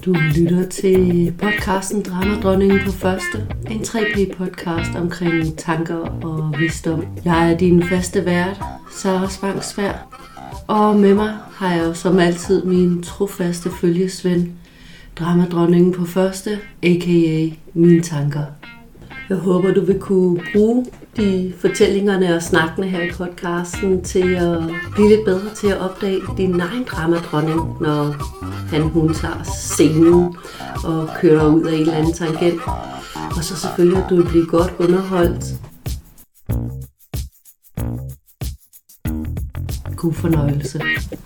Du lytter til podcasten Dramadronningen på første. En 3P-podcast omkring tanker og visdom. Jeg er din faste vært, Sara Spangsværd. Og med mig har jeg som altid min trofaste følgesven, Dramadronningen på første, a.k.a. mine tanker. Jeg håber, du vil kunne bruge de fortællingerne og snakkene her i podcasten til at blive lidt bedre til at opdage din egen dramadronning, når hun tager scenen og kører ud af en eller anden tangent. Og så selvfølgelig, at du vil blive godt underholdt. God fornøjelse.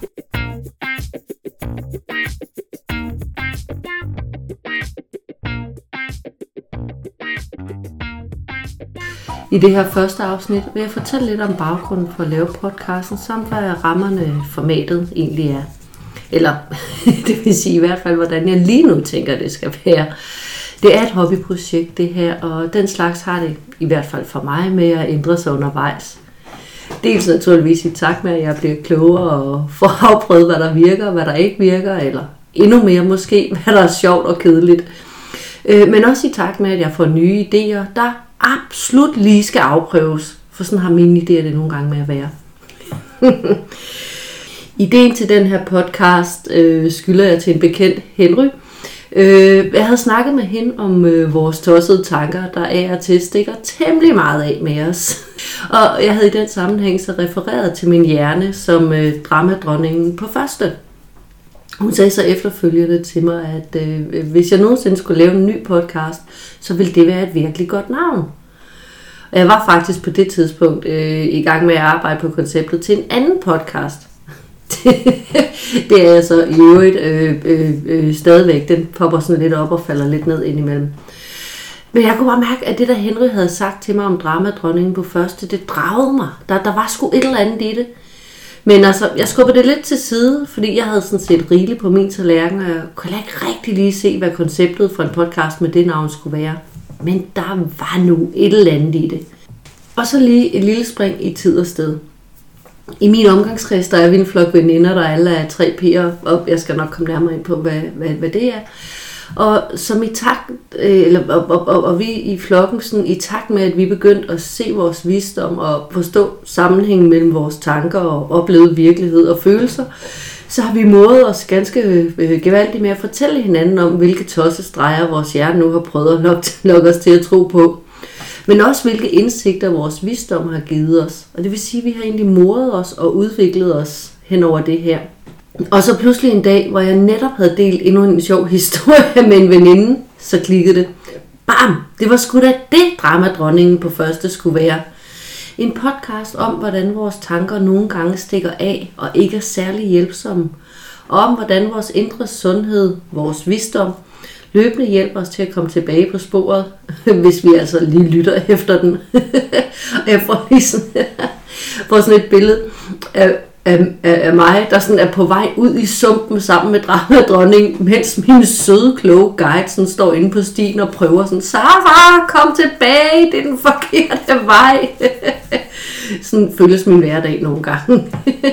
I det her første afsnit vil jeg fortælle lidt om baggrunden for at lave podcasten, samt hvad rammerne formatet egentlig er. Eller det vil sige i hvert fald, hvordan jeg lige nu tænker, det skal være. Det er et hobbyprojekt det her, og den slags har det i hvert fald for mig med at ændre sig undervejs. Dels naturligvis i takt med, at jeg bliver klogere og får afprøvet, hvad der virker og hvad der ikke virker, eller endnu mere måske, hvad der er sjovt og kedeligt. Men også i takt med, at jeg får nye idéer, der absolut lige skal afprøves, for sådan har mine idéer det nogle gange med at være. Ideen til den her podcast skylder jeg til en bekendt, Henry. Jeg havde snakket med hende om vores tossede tanker, der af og til stikker temmelig meget af med os. Og jeg havde i den sammenhæng så refereret til min hjerne som dramadronningen på første. Hun sagde så efterfølgende til mig, at hvis jeg nogensinde skulle lave en ny podcast, så ville det være et virkelig godt navn. Og jeg var faktisk på det tidspunkt i gang med at arbejde på konceptet til en anden podcast. Det er altså i øvrigt stadigvæk, den popper sådan lidt op og falder lidt ned indimellem. Men jeg kunne bare mærke, at det der Henry havde sagt til mig om dramadronningen på første, det dragede mig. Der var sgu et eller andet i det. Men altså, jeg skubbede det lidt til side, fordi jeg havde sådan set rigeligt på min tallerken, og jeg kunne ikke rigtig lige se, hvad konceptet for en podcast med det navn skulle være. Men der var nu et eller andet i det. Og så lige et lille spring i tid og sted. I min omgangskreds, der er vi en flok veninder, der alle er 3P'er, og jeg skal nok komme nærmere ind på, hvad det er. Og som i takt, og vi i flokken, sådan, i takt med, at vi begyndte at se vores visdom og forstå sammenhængen mellem vores tanker og oplevet virkelighed og følelser, så har vi modet os ganske gevaldigt med at fortælle hinanden om, hvilke tossestreger vores hjerne nu har prøvet at lokke os til at tro på. Men også hvilke indsigter vores visdom har givet os. Og det vil sige, at vi har egentlig modet os og udviklet os hen over det her. Og så pludselig en dag, hvor jeg netop havde delt endnu en sjov historie med en veninde, så klikkede det. Bam! Det var sgu da det, dramadronningen på første skulle være. En podcast om, hvordan vores tanker nogle gange stikker af og ikke er særlig hjælpsomme. Og om, hvordan vores indre sundhed, vores visdom, løbende hjælper os til at komme tilbage på sporet, hvis vi altså lige lytter efter den. Og jeg får lige sådan et billede af mig, der sådan er på vej ud i sumpen sammen med dramadronningen, mens min søde, kloge guide sådan står inde på stien og prøver sådan, Sara, kom tilbage, det er den forkerte vej. Sådan føles min hverdag nogle gange.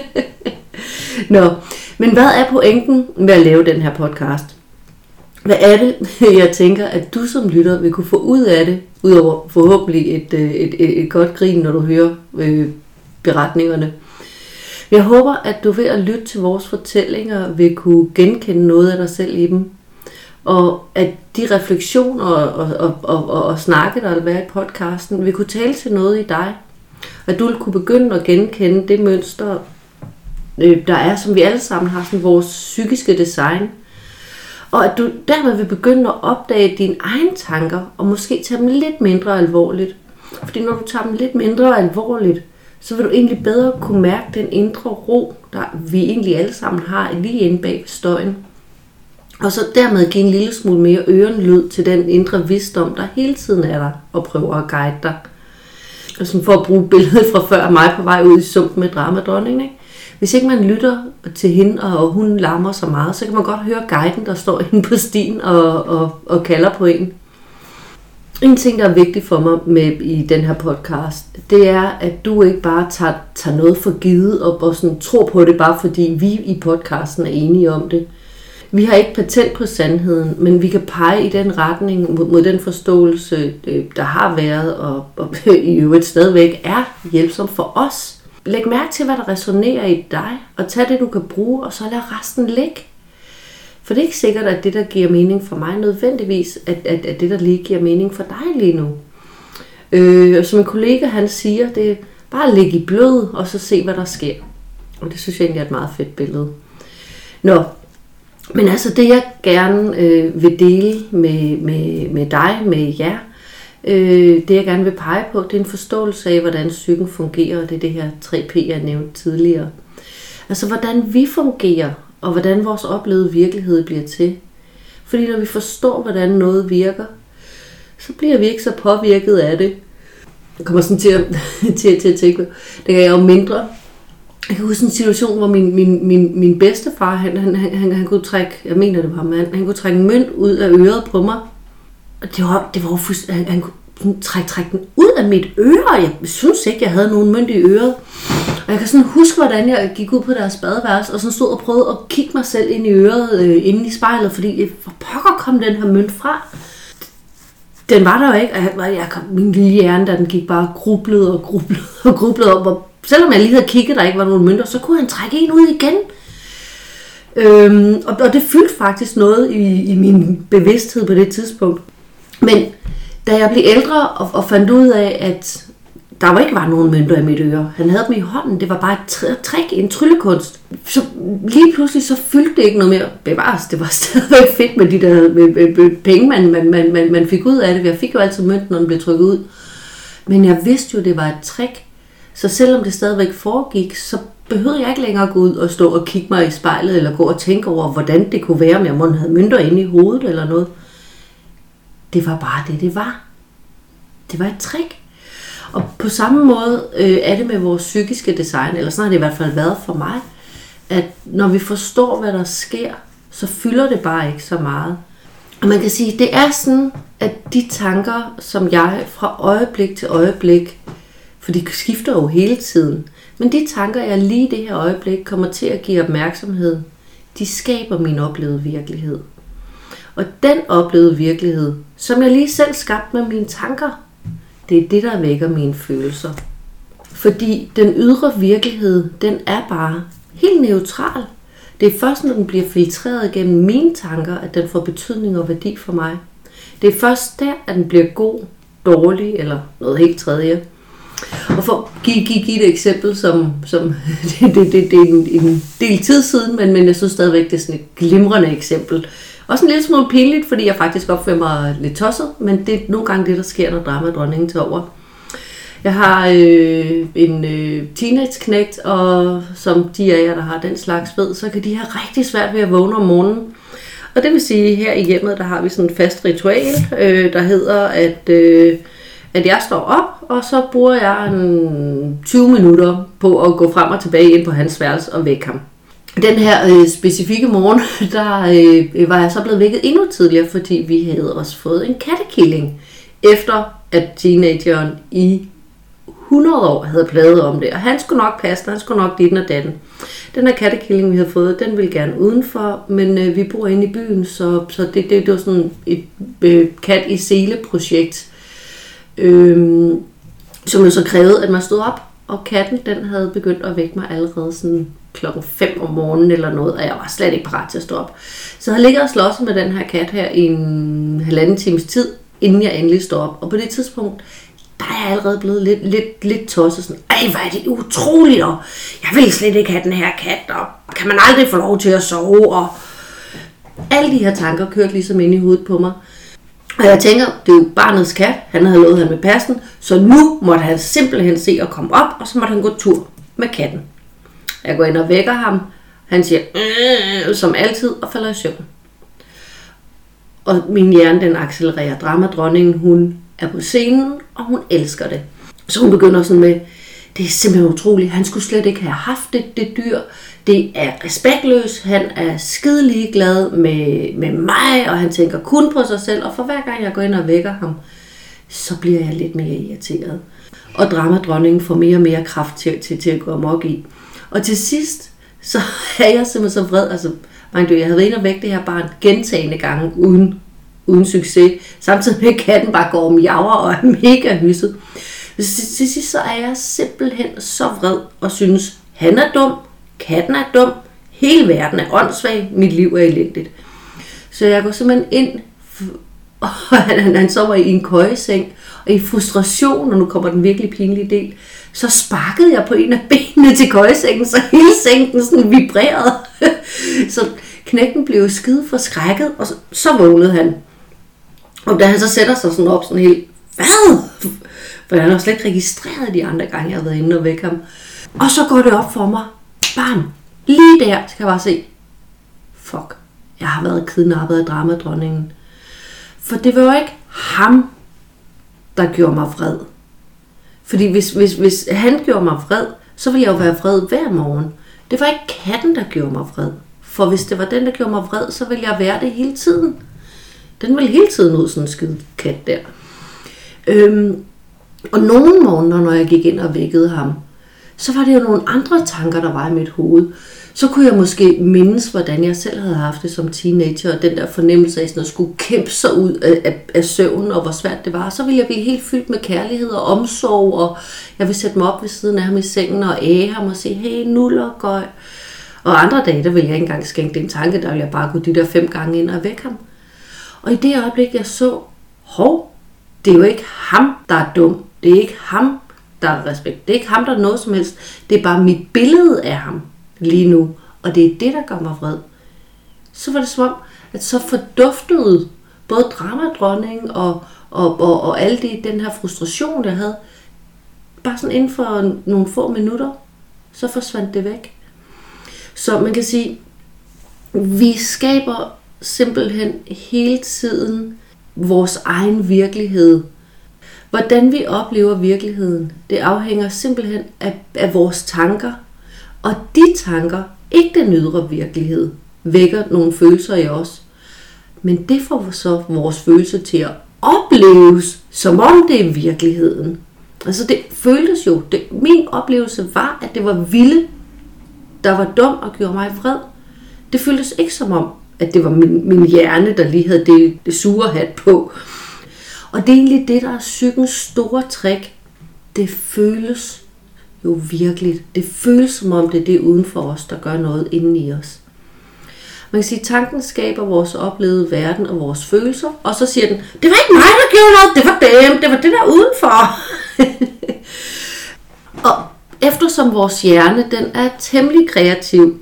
Nå, men hvad er pointen med at lave den her podcast? Hvad er det, jeg tænker, at du som lytter vil kunne få ud af det, udover forhåbentlig et godt grin, når du hører beretningerne? Jeg håber, at du ved at lytte til vores fortællinger vil kunne genkende noget af dig selv i dem. Og at de refleksioner og snakke, der vil være i podcasten, vil kunne tale til noget i dig. At du vil kunne begynde at genkende det mønster, der er, som vi alle sammen har, sådan vores psykiske design. Og at du dermed vil begynde at opdage dine egne tanker, og måske tage dem lidt mindre alvorligt. Fordi når du tager dem lidt mindre alvorligt, så vil du egentlig bedre kunne mærke den indre ro, der vi egentlig alle sammen har lige inde bag støjen. Og så dermed give en lille smule mere ørenlyd til den indre visdom, der hele tiden er der og prøver at guide dig. Og sådan for at bruge billedet fra før af mig på vej ud i sumpen med dramadronningen, ikke? Hvis ikke man lytter til hende, og hun larmer så meget, så kan man godt høre guiden, der står inde på stien og kalder på en. En ting, der er vigtig for mig med i den her podcast, det er, at du ikke bare tager noget for givet og sådan tror på det, bare fordi vi i podcasten er enige om det. Vi har ikke patent på sandheden, men vi kan pege i den retning mod den forståelse, der har været og i øvrigt stadigvæk er hjælpsom for os. Læg mærke til, hvad der resonerer i dig, og tag det, du kan bruge, og så lad resten ligge. For det er ikke sikkert, at det, der giver mening for mig, nødvendigvis, at det, der lige giver mening for dig lige nu. Som en kollega, han siger, det er bare at ligge i blød, og så se, hvad der sker. Og det synes jeg egentlig er et meget fedt billede. Nå, men altså det, jeg gerne vil dele med dig, med jer, det jeg gerne vil pege på, det er en forståelse af, hvordan psyken fungerer, og det er det her 3P, jeg nævnte tidligere. Altså hvordan vi fungerer, og hvordan vores oplevede virkelighed bliver til. Fordi når vi forstår, hvordan noget virker, så bliver vi ikke så påvirket af det. Jeg kommer sådan til at tænke, da jeg var mindre. Jeg kan huske en situation, hvor min bedstefar, han kunne trække, jeg mener det var ham, han kunne trække en mønt ud af øret på mig. Og det var han kunne trække den ud af mit øre. Jeg synes ikke, jeg havde nogen mønt i øret. Og jeg kan sådan huske, hvordan jeg gik ud på deres badeværelse, og sådan stod og prøvede at kigge mig selv ind i øret, inde i spejlet, fordi hvor pokker kom den her mønt fra? Den var der jo ikke, og min lille hjerne, da den gik bare grublede op, og selvom jeg lige havde kigget, der ikke var nogen mønter, så kunne han trække en ud igen. Og det fyldte faktisk noget i min bevidsthed på det tidspunkt. Men da jeg blev ældre og fandt ud af, at der ikke var nogen mønter i mit øre, han havde dem i hånden, det var bare et trick, en tryllekunst, så lige pludselig så fyldte det ikke noget mere. Bevares, det var stadigvæk fedt med de der penge, man fik ud af det. Jeg fik jo altid mønten, når den blev trykket ud. Men jeg vidste jo, det var et trick. Så selvom det stadigvæk foregik, så behøvede jeg ikke længere at gå ud og stå og kigge mig i spejlet, eller gå og tænke over, hvordan det kunne være, om jeg måtte have mønter inde i hovedet eller noget. Det var bare det var. Det var et trick. Og på samme måde er det med vores psykiske design, eller sådan har det i hvert fald været for mig, at når vi forstår, hvad der sker, så fylder det bare ikke så meget. Og man kan sige, det er sådan, at de tanker, som jeg fra øjeblik til øjeblik, for de skifter jo hele tiden, men de tanker, jeg lige i det her øjeblik kommer til at give opmærksomhed, de skaber min oplevede virkelighed. Og den oplevede virkelighed, som jeg lige selv skabte med mine tanker, det er det, der vækker mine følelser. Fordi den ydre virkelighed, den er bare helt neutral. Det er først, når den bliver filtreret gennem mine tanker, at den får betydning og værdi for mig. Det er først der, at den bliver god, dårlig eller noget helt tredje. Og for at give et eksempel, som det er en del tid siden, men jeg synes stadigvæk, det er sådan et glimrende eksempel. Også en lille smule pinligt, fordi jeg faktisk opfører mig lidt tosset, men det er nogle gange det, der sker, når dramadronningen tager over. Jeg har en teenage-knægt, og som de af jer, der har den slags ved, så kan de have rigtig svært ved at vågne om morgenen. Og det vil sige, her i hjemmet, der har vi sådan en fast ritual, der hedder, at jeg står op, og så bruger jeg 20 minutter på at gå frem og tilbage ind på hans værelse og vække ham. Den her specifikke morgen, der var jeg så blevet vækket endnu tidligere, fordi vi havde også fået en kattekilling, efter at teenageren i 100 år havde plaget om det. Og han skulle nok passe, han skulle nok dit og datten. Den her kattekilling, vi havde fået, den ville gerne udenfor, men vi bor inde i byen, så det var sådan et kat i sele-projekt, som jo så krævede, at man stod op, og katten, den havde begyndt at vække mig allerede sådan 5:00 om morgenen eller noget, og jeg var slet ikke parat til at stå op. Så jeg ligger og slås med den her kat her i en 1,5 times tid, inden jeg endelig står op. Og på det tidspunkt, der er jeg allerede blevet lidt tosset. Sådan, ej, hvor er det utroligt, og jeg vil slet ikke have den her kat, og kan man aldrig få lov til at sove, og alle de her tanker kørte ligesom ind i hovedet på mig. Og jeg tænker, det er jo barnets kat, han havde lovet han med passen, så nu måtte han simpelthen se at komme op, og så måtte han gå tur med katten. Jeg går ind og vækker ham, han siger, som altid, og falder i søvn. Og min hjerne, den accelererer. Dramadronningen, hun er på scenen, og hun elsker det. Så hun begynder sådan med, det er simpelthen utroligt, han skulle slet ikke have haft det dyr. Det er respektløst, han er skidelig glad med mig, og han tænker kun på sig selv. Og for hver gang jeg går ind og vækker ham, så bliver jeg lidt mere irriteret. Og dramadronningen får mere og mere kraft til at gå amok i. Og til sidst, så er jeg simpelthen så vred, altså Jeg havde været inde og vække det her barn gentagende gange uden succes. Samtidig med, at katten bare går om javer og er mega hysset. Til sidst så er jeg simpelthen så vred og synes, han er dum, katten er dum, hele verden er åndssvag, mit liv er elendigt. Så jeg går simpelthen ind, og han sover i en køjeseng, og i frustration, og nu kommer den virkelig pinlige del, så sparkede jeg på en af benene til køjesengen, så hele sengen sådan vibrerede. Så knægten blev skide forskrækket, og så vågnede han. Og da han så sætter sig sådan op, sådan helt, hvad? For han har slet ikke registreret de andre gange, jeg har været inde og vække ham. Og så går det op for mig, bam, lige der skal jeg bare se, fuck, jeg har været kidnappet af dramadronningen. For det var jo ikke ham, der gjorde mig vred. Fordi hvis han gjorde mig vred, så ville jeg jo være vred hver morgen. Det var ikke katten, der gjorde mig vred. For hvis det var den, der gjorde mig vred, så ville jeg være det hele tiden. Den ville hele tiden ud, sådan en skide kat der. Og nogle morgener, når jeg gik ind og vækkede ham, så var det jo nogle andre tanker, der var i mit hoved. Så kunne jeg måske mindes, hvordan jeg selv havde haft det som teenager, og den der fornemmelse af sådan at skulle kæmpe sig ud af søvnen, og hvor svært det var. Så ville jeg blive helt fyldt med kærlighed og omsorg, og jeg ville sætte mig op ved siden af ham i sengen og æge ham og sige, hey, nuller, gøj. Og andre dage, der ville jeg ikke engang skænke det en tanke, der ville jeg bare gå de der 5 gange ind og vække ham. Og i det øjeblik, jeg så, det er jo ikke ham, der er dum. Det er ikke ham, der er respekt. Det er ikke ham, der er noget som helst. Det er bare mit billede af ham lige nu. Og det er det, der gør mig vred. Så var det som om, at så forduftede både dramadronningen og alle den her frustration, jeg havde. Bare sådan inden for nogle få minutter, så forsvandt det væk. Så man kan sige, vi skaber simpelthen hele tiden vores egen virkelighed. Hvordan vi oplever virkeligheden, det afhænger simpelthen af vores tanker. Og de tanker, ikke den ydre virkelighed, vækker nogle følelser i os. Men det får så vores følelser til at opleves, som om det er virkeligheden. Altså det føltes jo, min oplevelse var, at det var Ville, der var dum og gjorde mig vred. Det føltes ikke som om, at det var min hjerne, der lige havde det sure hat på. Og det er egentlig det, der er psykens store trick. Det føles jo virkeligt. Det føles som om det er det uden for os, der gør noget inden i os. Man kan sige, at tanken skaber vores oplevede verden og vores følelser, og så siger den, det var ikke mig, der gjorde noget, det var dem, det var det der udenfor. Og eftersom vores hjerne, den er temmelig kreativ,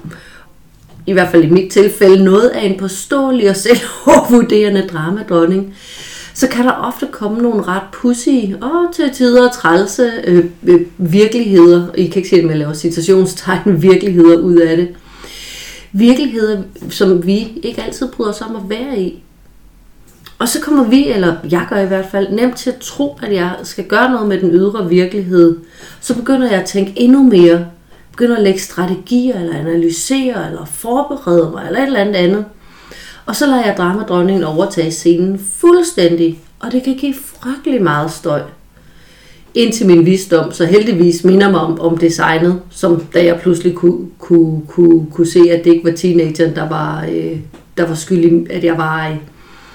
i hvert fald i mit tilfælde, noget af en påståelig og selvovervurderende dramadronning, så kan der ofte komme nogle ret pudsige og til tider trælse virkeligheder. I kan ikke se det med at lave citationstegn, virkeligheder ud af det. Virkeligheder, som vi ikke altid bryder os om at være i. Og så kommer vi, eller jeg gør i hvert fald, nemt til at tro, at jeg skal gøre noget med den ydre virkelighed. Så begynder jeg at tænke endnu mere. Begynder at lægge strategier, eller analysere, eller forberede mig, eller et eller andet. Og så lader jeg dramadronningen overtage scenen fuldstændig, og det kan give frygtelig meget støj. Indtil min visdom så heldigvis minder mig om designet, som da jeg pludselig kunne se, at det ikke var teenageren, der var skyld i, at jeg var i.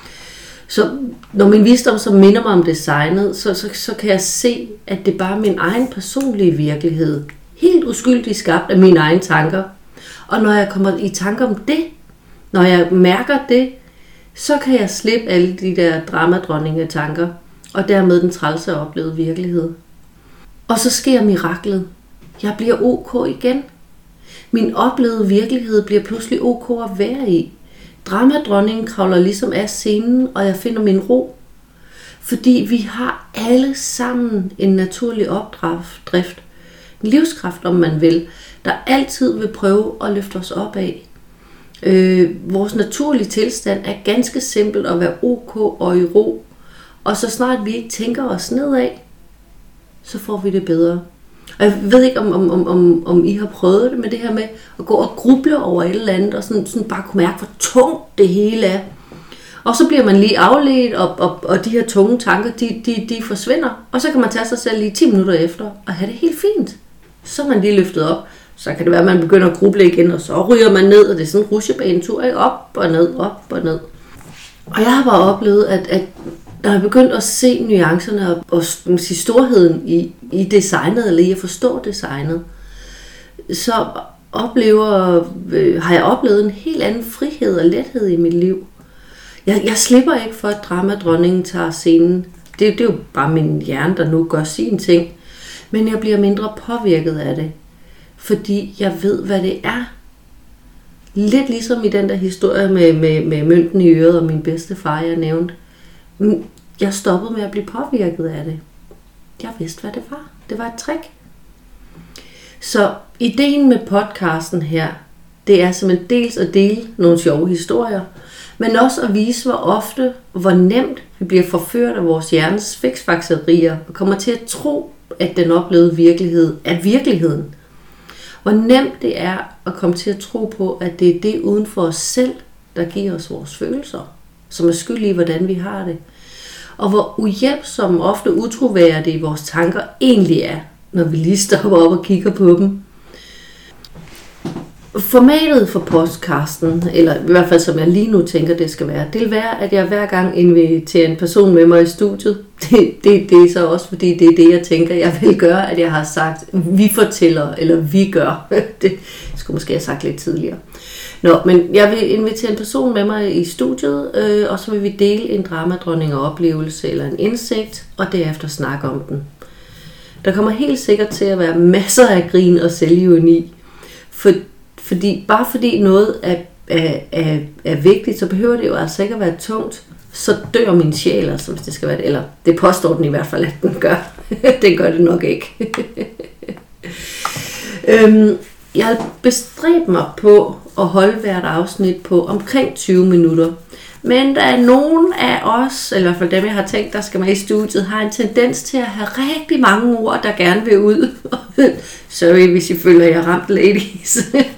Så når min visdom så minder mig om designet, så kan jeg se, at det bare er min egen personlige virkelighed. Helt uskyldigt skabt af mine egne tanker. Og når jeg kommer i tanker om det, når jeg mærker det, så kan jeg slippe alle de der dramadronninge-tanker, og dermed den trælse oplevede virkelighed. Og så sker miraklet. Jeg bliver ok igen. Min oplevede virkelighed bliver pludselig ok at være i. Dramadronningen kravler ligesom af scenen, og jeg finder min ro. Fordi vi har alle sammen en naturlig opdrift, en livskraft, om man vil, der altid vil prøve at løfte os op af. Vores naturlige tilstand er ganske simpelt at være ok og i ro. Og så snart vi ikke tænker os nedad, så får vi det bedre. Og jeg ved ikke, om I har prøvet det med det her med at gå og gruble over et eller andet, og sådan bare kunne mærke, hvor tungt det hele er. Og så bliver man lige afledt, og de her tunge tanker, de forsvinder. Og så kan man tage sig selv lige 10 minutter efter og have det helt fint. Så er man lige løftet op. så kan det være, at man begynder at gruble igen, og så ryger man ned, og det er sådan en rutsjebanetur, ikke? Op og ned, op og ned. Og jeg har bare oplevet, at når jeg begyndte at se nuancerne og storheden i designet, eller i at forstå designet, så har jeg oplevet en helt anden frihed og lethed i mit liv. Jeg slipper ikke for, at dramadronningen tager scenen. Det er jo bare min hjerne, der nu gør sine ting. Men jeg bliver mindre påvirket af det, fordi jeg ved, hvad det er. Lidt ligesom i den der historie med mønten i øret og min bedstefar, jeg nævnte. Jeg stoppede med at blive påvirket af det. Jeg vidste, hvad det var. Det var et trick. Så ideen med podcasten her, det er simpelthen dels at dele nogle sjove historier, men også at vise, hvor nemt vi bliver forført af vores hjernes fiksfakserier og kommer til at tro, at den oplevede virkelighed er virkeligheden. Hvor nemt det er at komme til at tro på, at det er det uden for os selv, der giver os vores følelser, som er skyld i, hvordan vi har det. Og hvor uhjælpsomme, ofte utroværdige vores tanker egentlig er, når vi lige stopper op og kigger på dem. Formatet for podcasten, eller i hvert fald som jeg lige nu tænker, det skal være, det vil være, at jeg hver gang inviterer en person med mig i studiet. Det er så også, fordi det er det, jeg tænker, jeg vil gøre, at jeg har sagt, vi fortæller, eller vi gør. Det skulle måske have sagt lidt tidligere. Men jeg vil invitere en person med mig i studiet, og så vil vi dele en dramadronning-oplevelse eller en indsigt, og derefter snakke om den. Der kommer helt sikkert til at være masser af grin og selvironi, fordi noget er vigtigt, så behøver det jo altså ikke at være tungt. Så dør min sjæl, altså, hvis det skal være det. Eller det påstår den i hvert fald, at den gør. Den gør det nok ikke. Jeg har bestræbt mig på at holde hvert afsnit på omkring 20 minutter. Men der er nogen af os, eller i hvert fald dem, jeg har tænkt, der skal med i studiet, har en tendens til at have rigtig mange ord, der gerne vil ud. Sorry, hvis I føler, at jeg har ramt ladies.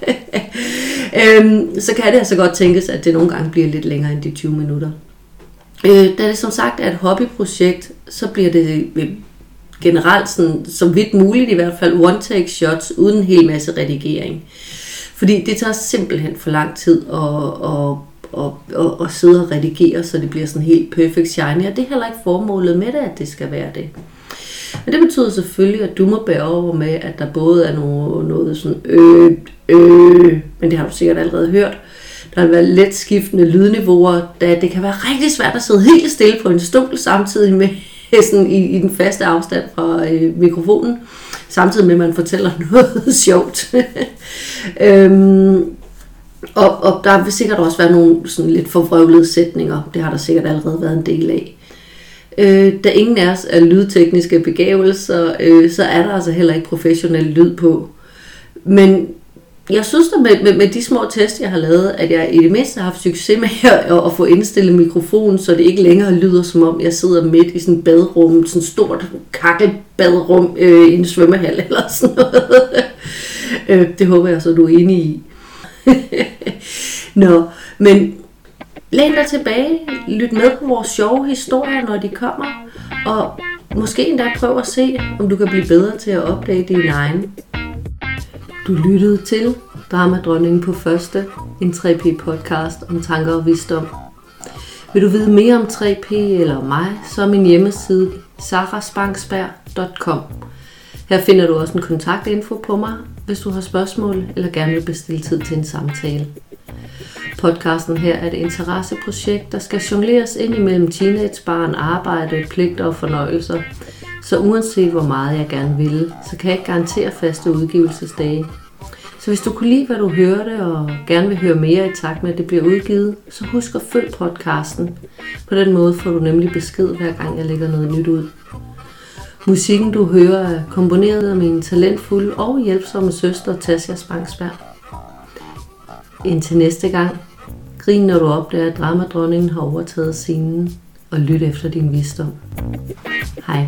Så kan det altså godt tænkes, at det nogle gange bliver lidt længere end de 20 minutter. Da det som sagt er et hobbyprojekt, så bliver det generelt sådan, som vidt muligt i hvert fald one-take shots uden en hel masse redigering. Fordi det tager simpelthen for lang tid at sidde og redigere, så det bliver sådan helt perfect shiny, og det er heller ikke formålet med det, at det skal være det. Men det betyder selvfølgelig, at du må bære over med, at der både er noget sådan men det har du sikkert allerede hørt. Der vil være let skiftende lydniveauer, da det kan være rigtig svært at sidde helt stille på en stol, samtidig med sådan i den faste afstand fra mikrofonen, samtidig med, at man fortæller noget sjovt. Og der vil sikkert også være nogle sådan lidt forvrøvlede sætninger. Det har der sikkert allerede været en del af. Da ingen af os er lydtekniske begavelser, så er der altså heller ikke professionel lyd på. Men jeg synes da med de små tests, jeg har lavet, at jeg i det mindste har haft succes med at få indstillet mikrofonen, så det ikke længere lyder, som om jeg sidder midt i sådan et baderum, sådan et stort kakkelbaderum i en svømmehal eller sådan noget. Det håber jeg så, du er enig i. Men læn dig tilbage, lyt med på vores sjove historier, når de kommer, og måske endda prøv at se, om du kan blive bedre til at opdage din egen. Du lyttede til Dramadronningen på første, en 3P podcast om tanker og visdom. Vil du vide mere om 3P eller mig, så er min hjemmeside saraspangsberg.com. Her finder du også en kontaktinfo på mig, hvis du har spørgsmål eller gerne vil bestille tid til en samtale. Podcasten her er et interesseprojekt, der skal jongleres ind imellem teenagebarn, arbejde, pligter og fornøjelser. Så uanset hvor meget jeg gerne vil, så kan jeg ikke garantere faste udgivelsesdage. Så hvis du kunne lide, hvad du hørte, og gerne vil høre mere i takt med, at det bliver udgivet, så husk at følg podcasten. På den måde får du nemlig besked, hver gang jeg lægger noget nyt ud. Musikken, du hører, er komponeret af min talentfulde og hjælpsomme søster, Tasja Spangsberg. Indtil næste gang, grin når du opdager, at dramadronningen har overtaget scenen, og lyt efter din visdom. Hej.